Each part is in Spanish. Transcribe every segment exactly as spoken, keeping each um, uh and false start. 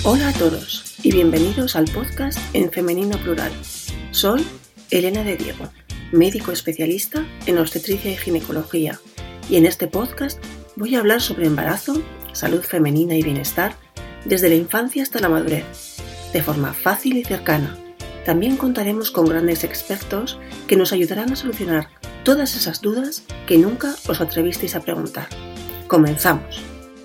Hola a todos y bienvenidos al podcast en femenino plural. Soy Elena de Diego, médico especialista en obstetricia y ginecología, y en este podcast voy a hablar sobre embarazo, salud femenina y bienestar desde la infancia hasta la madurez, de forma fácil y cercana. También contaremos con grandes expertos que nos ayudarán a solucionar todas esas dudas que nunca os atrevisteis a preguntar. ¡Comenzamos!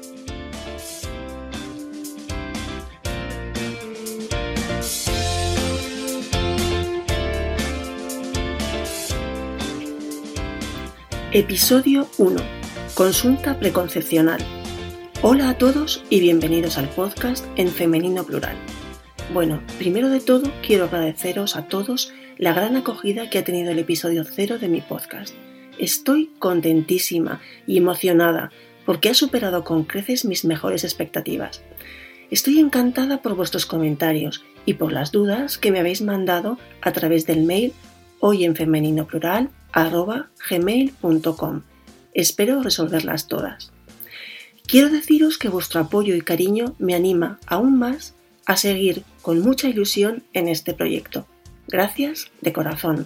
Episodio uno. Consulta preconcepcional. Hola a todos y bienvenidos al podcast en femenino plural. Bueno, primero de todo quiero agradeceros a todos la gran acogida que ha tenido el episodio cero de mi podcast. Estoy contentísima y emocionada porque ha superado con creces mis mejores expectativas. Estoy encantada por vuestros comentarios y por las dudas que me habéis mandado a través del mail hoyenfemeninoplural arroba gmail punto com. Espero resolverlas todas. Quiero deciros que vuestro apoyo y cariño me anima aún más a seguir con mucha ilusión en este proyecto. Gracias de corazón.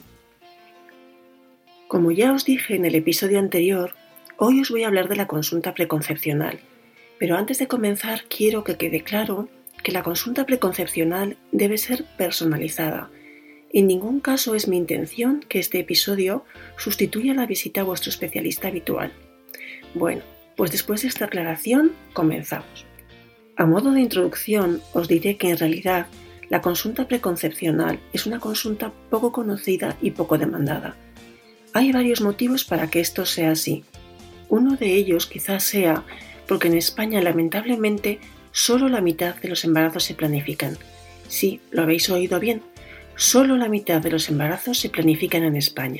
Como ya os dije en el episodio anterior, hoy os voy a hablar de la consulta preconcepcional. Pero antes de comenzar quiero que quede claro que la consulta preconcepcional debe ser personalizada. En ningún caso es mi intención que este episodio sustituya la visita a vuestro especialista habitual. Bueno, pues después de esta aclaración, comenzamos. A modo de introducción, os diré que en realidad la consulta preconcepcional es una consulta poco conocida y poco demandada. Hay varios motivos para que esto sea así. Uno de ellos quizás sea porque en España lamentablemente solo la mitad de los embarazos se planifican. Sí, lo habéis oído bien. Solo la mitad de los embarazos se planifican en España.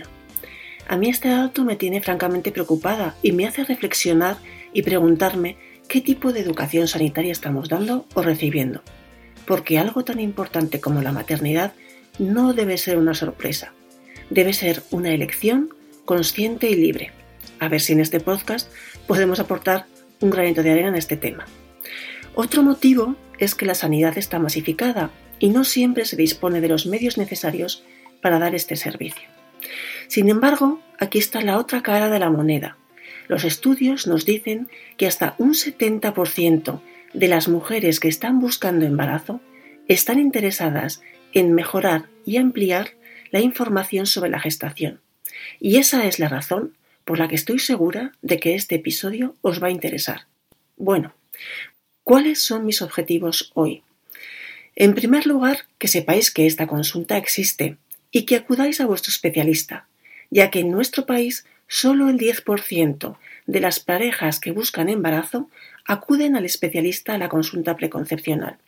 A mí este dato me tiene francamente preocupada y me hace reflexionar y preguntarme qué tipo de educación sanitaria estamos dando o recibiendo. Porque algo tan importante como la maternidad no debe ser una sorpresa. Debe ser una elección consciente y libre. A ver si en este podcast podemos aportar un granito de arena en este tema. Otro motivo es que la sanidad está masificada y no siempre se dispone de los medios necesarios para dar este servicio. Sin embargo, aquí está la otra cara de la moneda. Los estudios nos dicen que hasta un setenta por ciento de las mujeres que están buscando embarazo están interesadas en mejorar y ampliar la información sobre la gestación. Y esa es la razón por la que estoy segura de que este episodio os va a interesar. Bueno, ¿cuáles son mis objetivos hoy? En primer lugar, que sepáis que esta consulta existe y que acudáis a vuestro especialista, ya que en nuestro país solo el diez por ciento de las parejas que buscan embarazo acuden al especialista a la consulta preconcepcional.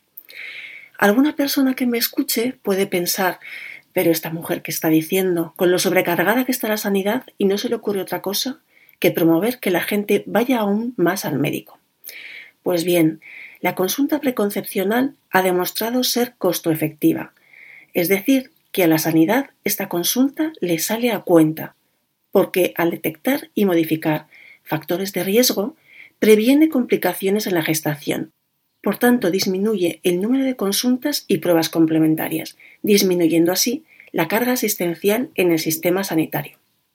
Alguna persona que me escuche puede pensar, pero esta mujer que está diciendo, con lo sobrecargada que está la sanidad y no se le ocurre otra cosa que promover que la gente vaya aún más al médico. Pues bien, la consulta preconcepcional ha demostrado ser costo efectiva, es decir, que a la sanidad esta consulta le sale a cuenta, porque al detectar y modificar factores de riesgo, previene complicaciones en la gestación. Por tanto, disminuye el número de consultas y pruebas complementarias, disminuyendo así la carga asistencial en el sistema sanitario.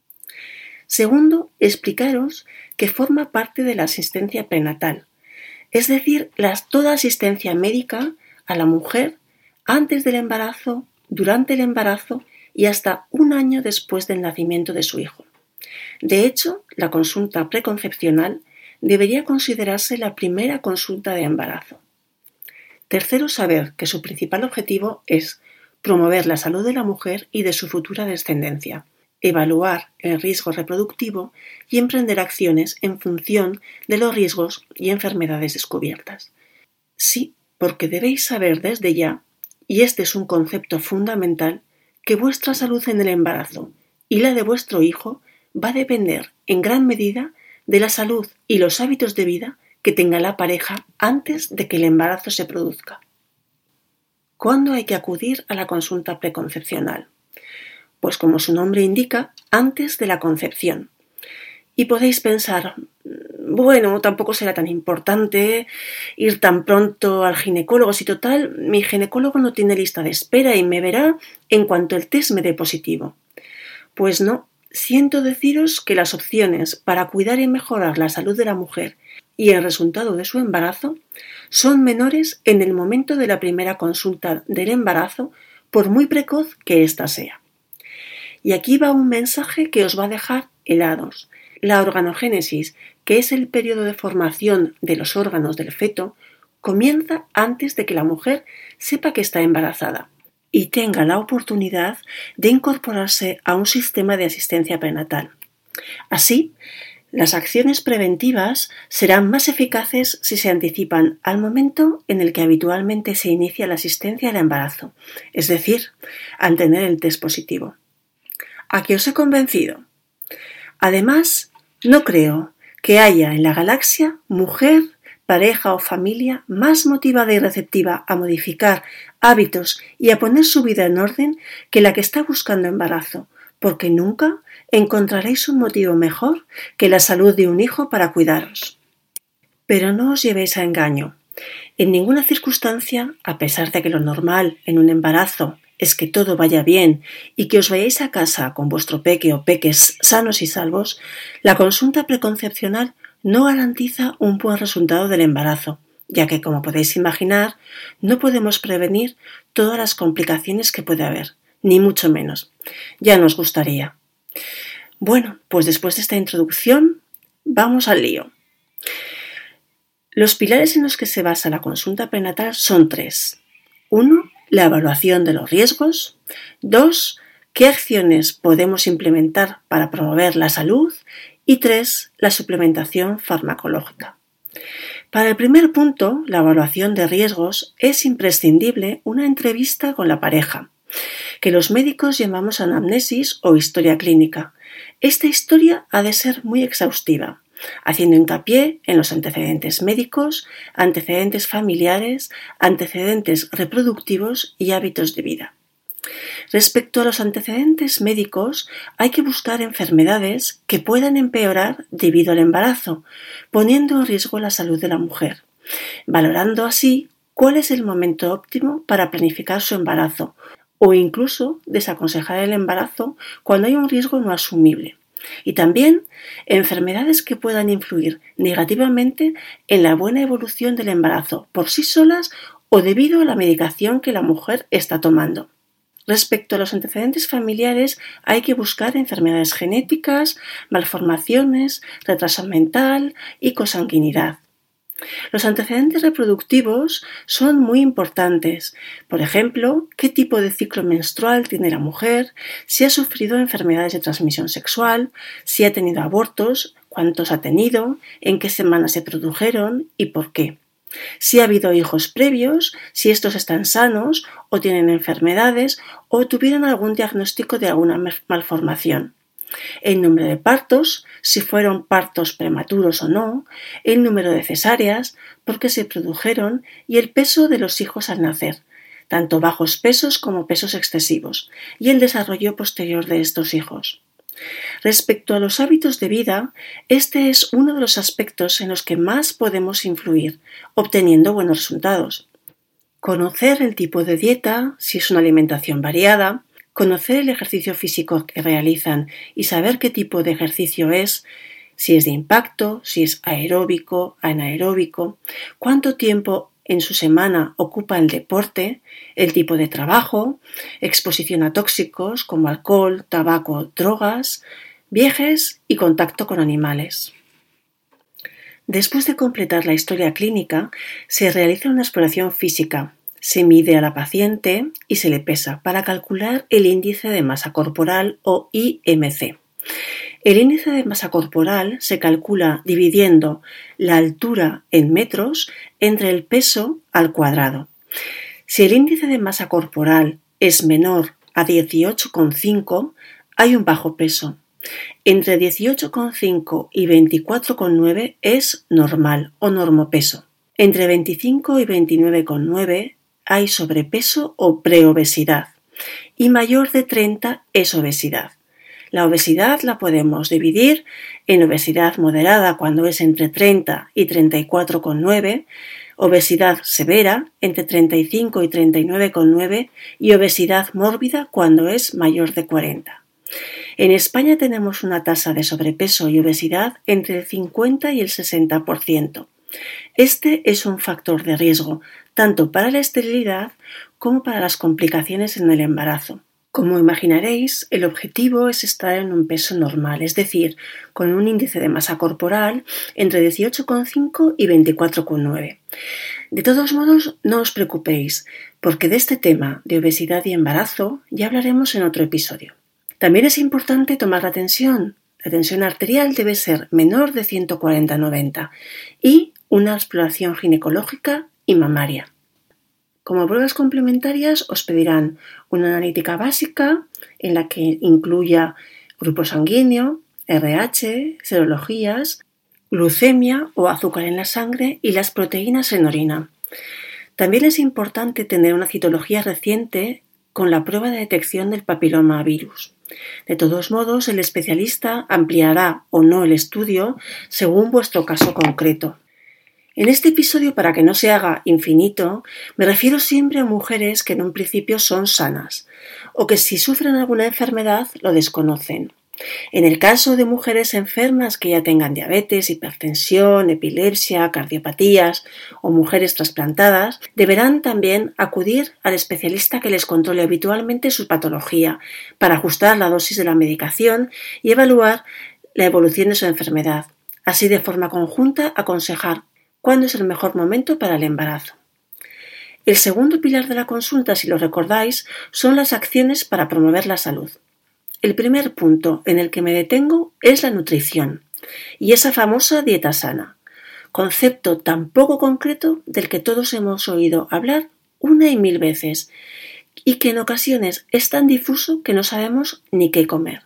Segundo, explicaros que forma parte de la asistencia prenatal, es decir, la, toda asistencia médica a la mujer antes del embarazo, durante el embarazo y hasta un año después del nacimiento de su hijo. De hecho, la consulta preconcepcional debería considerarse la primera consulta de embarazo. Tercero, saber que su principal objetivo es promover la salud de la mujer y de su futura descendencia, evaluar el riesgo reproductivo y emprender acciones en función de los riesgos y enfermedades descubiertas. Sí, porque debéis saber desde ya, y este es un concepto fundamental, que vuestra salud en el embarazo y la de vuestro hijo va a depender en gran medida de la salud y los hábitos de vida que tenga la pareja antes de que el embarazo se produzca. ¿Cuándo hay que acudir a la consulta preconcepcional? Pues como su nombre indica, antes de la concepción. Y podéis pensar, bueno, tampoco será tan importante ir tan pronto al ginecólogo, si total, mi ginecólogo no tiene lista de espera y me verá en cuanto el test me dé positivo. Pues no, siento deciros que las opciones para cuidar y mejorar la salud de la mujer y el resultado de su embarazo son menores en el momento de la primera consulta del embarazo, por muy precoz que ésta sea. Y aquí va un mensaje que os va a dejar helados. La organogénesis, que es el periodo de formación de los órganos del feto, comienza antes de que la mujer sepa que está embarazada y tenga la oportunidad de incorporarse a un sistema de asistencia prenatal. Así, las acciones preventivas serán más eficaces si se anticipan al momento en el que habitualmente se inicia la asistencia al embarazo, es decir, al tener el test positivo. ¿A qué os he convencido? Además, no creo que haya en la galaxia mujer, pareja o familia más motivada y receptiva a modificar hábitos y a poner su vida en orden que la que está buscando embarazo, porque nunca encontraréis un motivo mejor que la salud de un hijo para cuidaros. Pero no os llevéis a engaño. En ninguna circunstancia, a pesar de que lo normal en un embarazo es que todo vaya bien y que os vayáis a casa con vuestro peque o peques sanos y salvos, la consulta preconcepcional no garantiza un buen resultado del embarazo, ya que, como podéis imaginar, no podemos prevenir todas las complicaciones que puede haber, ni mucho menos. Ya nos gustaría. Bueno, pues después de esta introducción, vamos al lío. Los pilares en los que se basa la consulta prenatal son tres. Uno, la evaluación de los riesgos. Dos, qué acciones podemos implementar para promover la salud. Y tres, la suplementación farmacológica. Para el primer punto, la evaluación de riesgos, es imprescindible una entrevista con la pareja, que los médicos llamamos anamnesis o historia clínica. Esta historia ha de ser muy exhaustiva, haciendo hincapié en los antecedentes médicos, antecedentes familiares, antecedentes reproductivos y hábitos de vida. Respecto a los antecedentes médicos, hay que buscar enfermedades que puedan empeorar debido al embarazo, poniendo en riesgo la salud de la mujer, valorando así cuál es el momento óptimo para planificar su embarazo o incluso desaconsejar el embarazo cuando hay un riesgo no asumible. Y también enfermedades que puedan influir negativamente en la buena evolución del embarazo por sí solas o debido a la medicación que la mujer está tomando. Respecto a los antecedentes familiares, hay que buscar enfermedades genéticas, malformaciones, retraso mental y consanguinidad. Los antecedentes reproductivos son muy importantes. Por ejemplo, qué tipo de ciclo menstrual tiene la mujer, si ha sufrido enfermedades de transmisión sexual, si ha tenido abortos, cuántos ha tenido, en qué semanas se produjeron y por qué. Si ha habido hijos previos, si estos están sanos o tienen enfermedades o tuvieron algún diagnóstico de alguna malformación. El número de partos, si fueron partos prematuros o no, el número de cesáreas, por qué se produjeron y el peso de los hijos al nacer, tanto bajos pesos como pesos excesivos, y el desarrollo posterior de estos hijos. Respecto a los hábitos de vida, este es uno de los aspectos en los que más podemos influir, obteniendo buenos resultados. Conocer el tipo de dieta, si es una alimentación variada, conocer el ejercicio físico que realizan y saber qué tipo de ejercicio es, si es de impacto, si es aeróbico, anaeróbico, cuánto tiempo en su semana ocupa el deporte, el tipo de trabajo, exposición a tóxicos como alcohol, tabaco, drogas, viajes y contacto con animales. Después de completar la historia clínica, se realiza una exploración física. Se mide a la paciente y se le pesa para calcular el índice de masa corporal o I M C. El índice de masa corporal se calcula dividiendo la altura en metros entre el peso al cuadrado. Si el índice de masa corporal es menor a dieciocho coma cinco, hay un bajo peso. Entre dieciocho coma cinco y veinticuatro coma nueve es normal o normopeso. Entre veinticinco y veintinueve coma nueve hay sobrepeso o preobesidad y mayor de treinta es obesidad. La obesidad la podemos dividir en obesidad moderada cuando es entre treinta y treinta y cuatro coma nueve, obesidad severa entre treinta y cinco y treinta y nueve coma nueve y obesidad mórbida cuando es mayor de cuarenta. En España tenemos una tasa de sobrepeso y obesidad entre el cincuenta y el sesenta por ciento. Este es un factor de riesgo tanto para la esterilidad como para las complicaciones en el embarazo. Como imaginaréis, el objetivo es estar en un peso normal, es decir, con un índice de masa corporal entre dieciocho coma cinco y veinticuatro coma nueve. De todos modos, no os preocupéis, porque de este tema de obesidad y embarazo ya hablaremos en otro episodio. También es importante tomar la tensión. La tensión arterial debe ser menor de ciento cuarenta a noventa y una exploración ginecológica y mamaria. Como pruebas complementarias os pedirán una analítica básica en la que incluya grupo sanguíneo, erre hache, serologías, glucemia o azúcar en la sangre y las proteínas en orina. También es importante tener una citología reciente con la prueba de detección del papiloma virus. De todos modos, el especialista ampliará o no el estudio según vuestro caso concreto. En este episodio, para que no se haga infinito, me refiero siempre a mujeres que en un principio son sanas o que si sufren alguna enfermedad lo desconocen. En el caso de mujeres enfermas que ya tengan diabetes, hipertensión, epilepsia, cardiopatías o mujeres trasplantadas, deberán también acudir al especialista que les controle habitualmente su patología para ajustar la dosis de la medicación y evaluar la evolución de su enfermedad. Así, de forma conjunta, aconsejar cuándo es el mejor momento para el embarazo. El segundo pilar de la consulta, si lo recordáis, son las acciones para promover la salud. El primer punto en el que me detengo es la nutrición y esa famosa dieta sana, concepto tan poco concreto del que todos hemos oído hablar una y mil veces y que en ocasiones es tan difuso que no sabemos ni qué comer.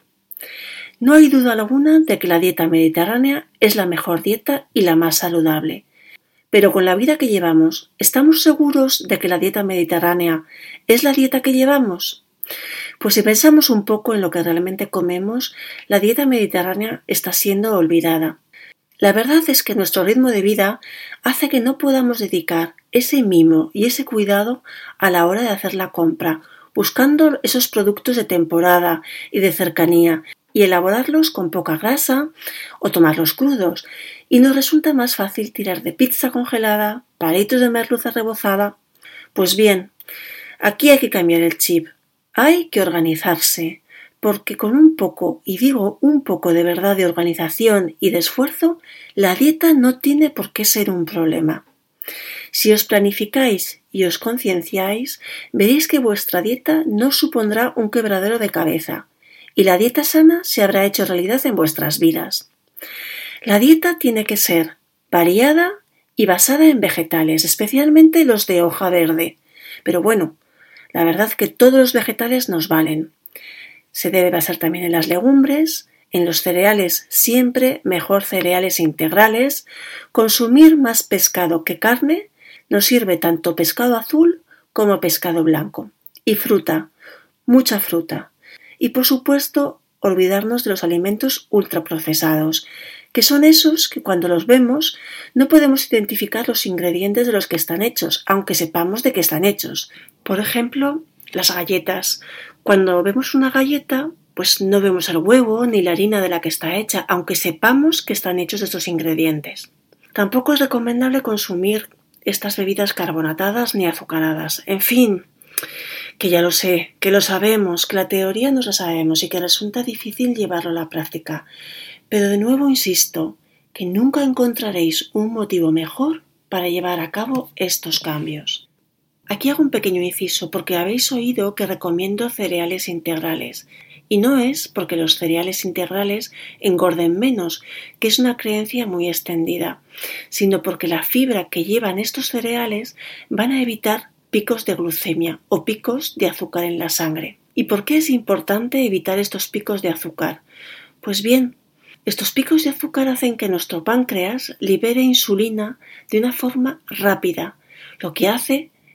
No hay duda alguna de que la dieta mediterránea es la mejor dieta y la más saludable. Pero con la vida que llevamos, ¿estamos seguros de que la dieta mediterránea es la dieta que llevamos? Pues si pensamos un poco en lo que realmente comemos, la dieta mediterránea está siendo olvidada. La verdad es que nuestro ritmo de vida hace que no podamos dedicar ese mimo y ese cuidado a la hora de hacer la compra, buscando esos productos de temporada y de cercanía, y elaborarlos con poca grasa o tomarlos crudos, y nos resulta más fácil tirar de pizza congelada, palitos de merluza rebozada. Pues bien, aquí hay que cambiar el chip, hay que organizarse, porque con un poco, y digo un poco de verdad de organización y de esfuerzo, la dieta no tiene por qué ser un problema. Si os planificáis y os concienciáis, veréis que vuestra dieta no supondrá un quebradero de cabeza, y la dieta sana se habrá hecho realidad en vuestras vidas. La dieta tiene que ser variada y basada en vegetales, especialmente los de hoja verde. Pero bueno, la verdad que todos los vegetales nos valen. Se debe basar también en las legumbres, en los cereales, siempre mejor cereales integrales. Consumir más pescado que carne nos sirve tanto pescado azul como pescado blanco. Y fruta, mucha fruta. Y por supuesto, olvidarnos de los alimentos ultraprocesados, que son esos que cuando los vemos no podemos identificar los ingredientes de los que están hechos, aunque sepamos de qué están hechos. Por ejemplo, las galletas. Cuando vemos una galleta, pues no vemos el huevo ni la harina de la que está hecha, aunque sepamos que están hechos de estos ingredientes. Tampoco es recomendable consumir estas bebidas carbonatadas ni azucaradas. En fin, que ya lo sé, que lo sabemos, que la teoría nos la sabemos y que resulta difícil llevarlo a la práctica. Pero de nuevo insisto, que nunca encontraréis un motivo mejor para llevar a cabo estos cambios. Aquí hago un pequeño inciso porque habéis oído que recomiendo cereales integrales. Y no es porque los cereales integrales engorden menos, que es una creencia muy extendida, sino porque la fibra que llevan estos cereales van a evitar picos de glucemia o picos de azúcar en la sangre. ¿Y por qué es importante evitar estos picos de azúcar? Pues bien, estos picos de azúcar hacen que nuestro páncreas libere insulina de una forma rápida, lo que hace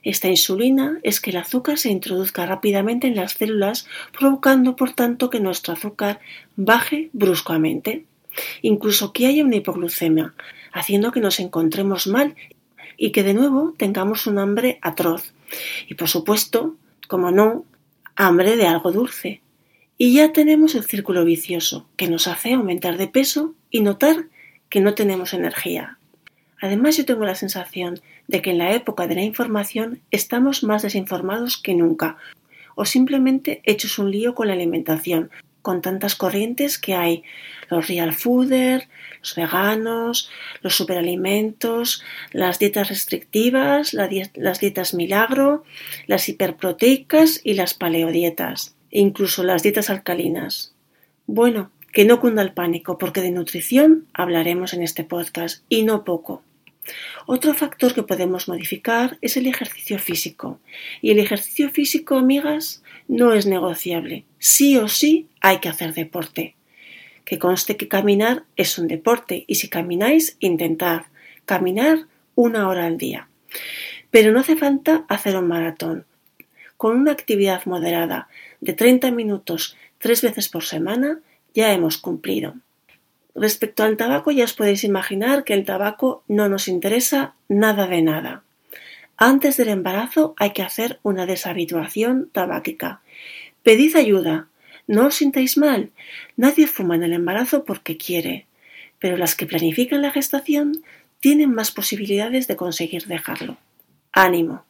Esta insulina es que el azúcar se introduzca rápidamente en las células, provocando por tanto que nuestro azúcar baje bruscamente, incluso que haya una hipoglucemia, haciendo que nos encontremos mal y que de nuevo tengamos un hambre atroz. Y por supuesto, como no, hambre de algo dulce. Y ya tenemos el círculo vicioso, que nos hace aumentar de peso y notar que no tenemos energía. Además, yo tengo la sensación de que en la época de la información estamos más desinformados que nunca, o simplemente hechos un lío con la alimentación, con tantas corrientes que hay, los real fooders, los veganos, los superalimentos, las dietas restrictivas, la die- las dietas milagro, las hiperproteicas y las paleodietas, e incluso las dietas alcalinas. Bueno, que no cunda el pánico, porque de nutrición hablaremos en este podcast, y no poco. Otro factor que podemos modificar es el ejercicio físico. Y el ejercicio físico, amigas, no es negociable. Sí o sí hay que hacer deporte. Que conste que caminar es un deporte y si camináis, intentad caminar una hora al día. Pero no hace falta hacer un maratón. Con una actividad moderada de treinta minutos tres veces por semana ya hemos cumplido. Respecto al tabaco, ya os podéis imaginar que el tabaco no nos interesa nada de nada. Antes del embarazo hay que hacer una deshabituación tabáquica. Pedid ayuda. No os sintáis mal. Nadie fuma en el embarazo porque quiere. Pero las que planifican la gestación tienen más posibilidades de conseguir dejarlo. ¡Ánimo!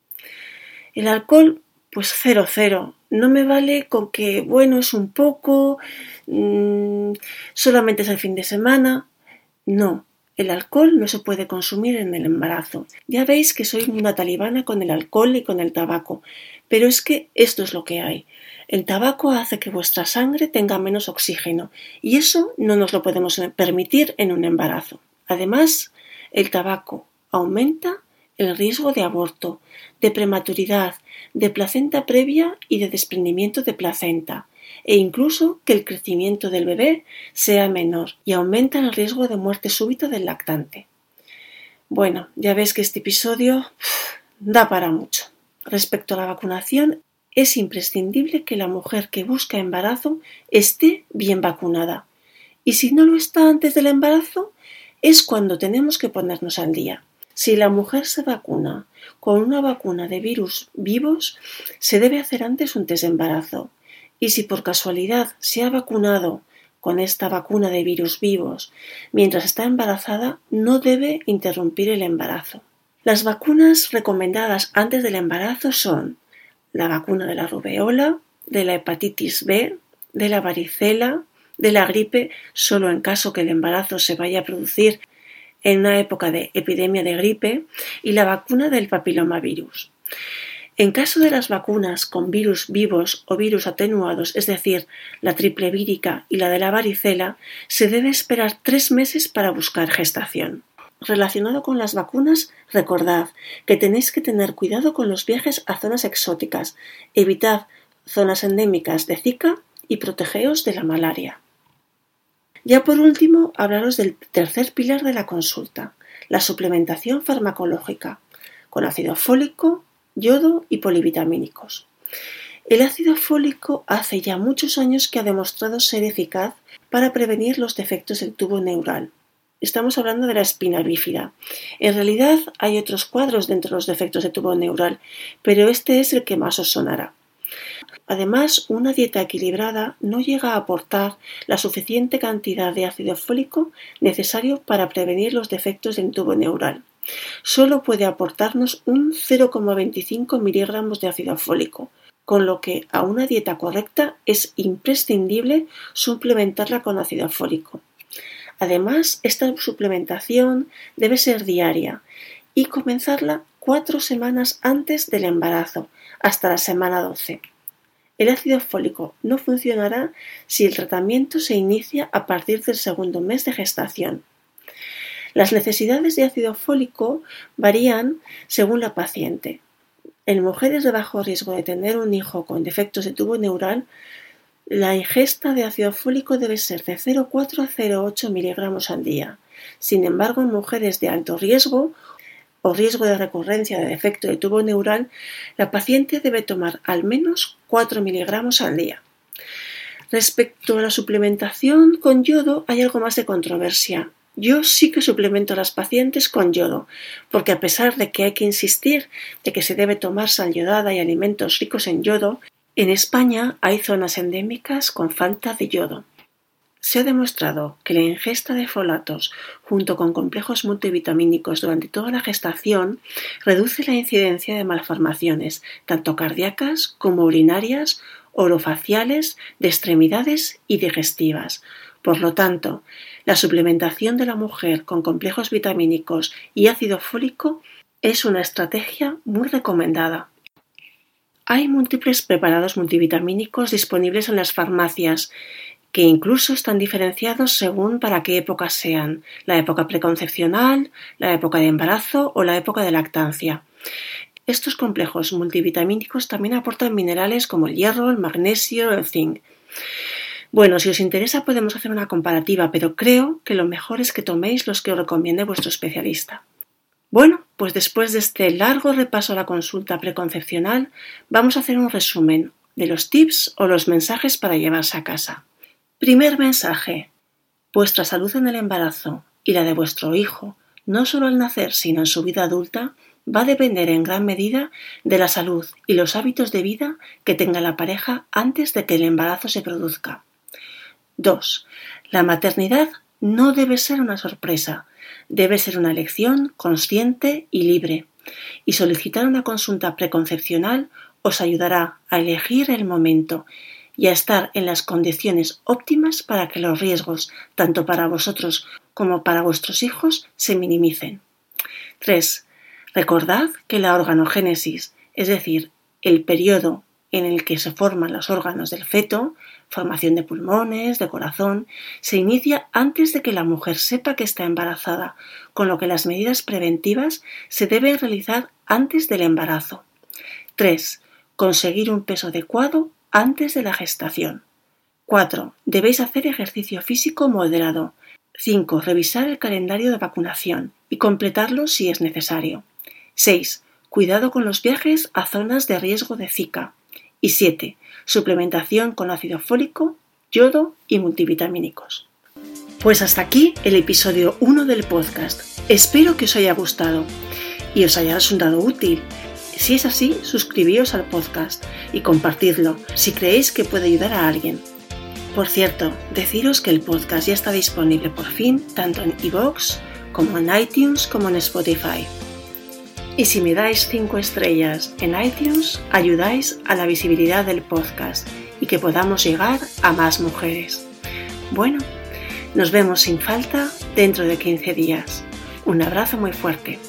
El alcohol, pues cero, cero. No me vale con que, bueno, es un poco, mmm, solamente es el fin de semana. No, el alcohol no se puede consumir en el embarazo. Ya veis que soy una talibana con el alcohol y con el tabaco, pero es que esto es lo que hay. El tabaco hace que vuestra sangre tenga menos oxígeno y eso no nos lo podemos permitir en un embarazo. Además, el tabaco aumenta el riesgo de aborto, de prematuridad, de placenta previa y de desprendimiento de placenta, e incluso que el crecimiento del bebé sea menor y aumenta el riesgo de muerte súbita del lactante. Bueno, ya ves que este episodio uff, da para mucho. Respecto a la vacunación, es imprescindible que la mujer que busca embarazo esté bien vacunada. Y si no lo está antes del embarazo, es cuando tenemos que ponernos al día. Si la mujer se vacuna con una vacuna de virus vivos, se debe hacer antes un test de embarazo. Y si por casualidad se ha vacunado con esta vacuna de virus vivos mientras está embarazada, no debe interrumpir el embarazo. Las vacunas recomendadas antes del embarazo son la vacuna de la rubeola, de la hepatitis B, de la varicela, de la gripe, solo en caso que el embarazo se vaya a producir en una época de epidemia de gripe, y la vacuna del papilomavirus. En caso de las vacunas con virus vivos o virus atenuados, es decir, la triple vírica y la de la varicela, se debe esperar tres meses para buscar gestación. Relacionado con las vacunas, recordad que tenéis que tener cuidado con los viajes a zonas exóticas, evitad zonas endémicas de Zika y protegeos de la malaria. Ya por último, hablaros del tercer pilar de la consulta, la suplementación farmacológica, con ácido fólico, yodo y polivitamínicos. El ácido fólico hace ya muchos años que ha demostrado ser eficaz para prevenir los defectos del tubo neural. Estamos hablando de la espina bífida. En realidad hay otros cuadros dentro de los defectos del tubo neural, pero este es el que más os sonará. Además, una dieta equilibrada no llega a aportar la suficiente cantidad de ácido fólico necesario para prevenir los defectos del tubo neural. Solo puede aportarnos un cero coma veinticinco miligramos de ácido fólico, con lo que a una dieta correcta es imprescindible suplementarla con ácido fólico. Además, esta suplementación debe ser diaria y comenzarla cuatro semanas antes del embarazo, hasta la semana doce. El ácido fólico no funcionará si el tratamiento se inicia a partir del segundo mes de gestación. Las necesidades de ácido fólico varían según la paciente. En mujeres de bajo riesgo de tener un hijo con defectos de tubo neural, la ingesta de ácido fólico debe ser de cero coma cuatro a cero coma ocho miligramos al día. Sin embargo, en mujeres de alto riesgo o riesgo de recurrencia de defecto de tubo neural, la paciente debe tomar al menos cuatro miligramos al día. Respecto a la suplementación con yodo hay algo más de controversia. Yo sí que suplemento a las pacientes con yodo, porque a pesar de que hay que insistir de que se debe tomar sal yodada y alimentos ricos en yodo, en España hay zonas endémicas con falta de yodo. Se ha demostrado que la ingesta de folatos junto con complejos multivitamínicos durante toda la gestación reduce la incidencia de malformaciones, tanto cardíacas como urinarias, orofaciales, de extremidades y digestivas. Por lo tanto, la suplementación de la mujer con complejos vitamínicos y ácido fólico es una estrategia muy recomendada. Hay múltiples preparados multivitamínicos disponibles en las farmacias que incluso están diferenciados según para qué época sean, la época preconcepcional, la época de embarazo o la época de lactancia. Estos complejos multivitamínicos también aportan minerales como el hierro, el magnesio, el zinc. Bueno, si os interesa podemos hacer una comparativa, pero creo que lo mejor es que toméis los que os recomiende vuestro especialista. Bueno, pues después de este largo repaso a la consulta preconcepcional, vamos a hacer un resumen de los tips o los mensajes para llevarse a casa. Primer mensaje. Vuestra salud en el embarazo y la de vuestro hijo, no solo al nacer sino en su vida adulta, va a depender en gran medida de la salud y los hábitos de vida que tenga la pareja antes de que el embarazo se produzca. dos. La maternidad no debe ser una sorpresa, debe ser una elección consciente y libre, y solicitar una consulta preconcepcional os ayudará a elegir el momento y a estar en las condiciones óptimas para que los riesgos, tanto para vosotros como para vuestros hijos, se minimicen. tres. Recordad que la organogénesis, es decir, el periodo en el que se forman los órganos del feto, formación de pulmones, de corazón, se inicia antes de que la mujer sepa que está embarazada, con lo que las medidas preventivas se deben realizar antes del embarazo. tres. Conseguir un peso adecuado antes de la gestación. cuatro. Debéis hacer ejercicio físico moderado. cinco. Revisar el calendario de vacunación y completarlo si es necesario. seis. Cuidado con los viajes a zonas de riesgo de Zika. Y siete. Suplementación con ácido fólico, yodo y multivitamínicos. Pues hasta aquí el episodio uno del podcast. Espero que os haya gustado y os haya resultado útil. Si es así, suscribíos al podcast y compartidlo si creéis que puede ayudar a alguien. Por cierto, deciros que el podcast ya está disponible por fin tanto en iVoox como en iTunes como en Spotify. Y si me dais cinco estrellas en iTunes, ayudáis a la visibilidad del podcast y que podamos llegar a más mujeres. Bueno, nos vemos sin falta dentro de quince días. Un abrazo muy fuerte.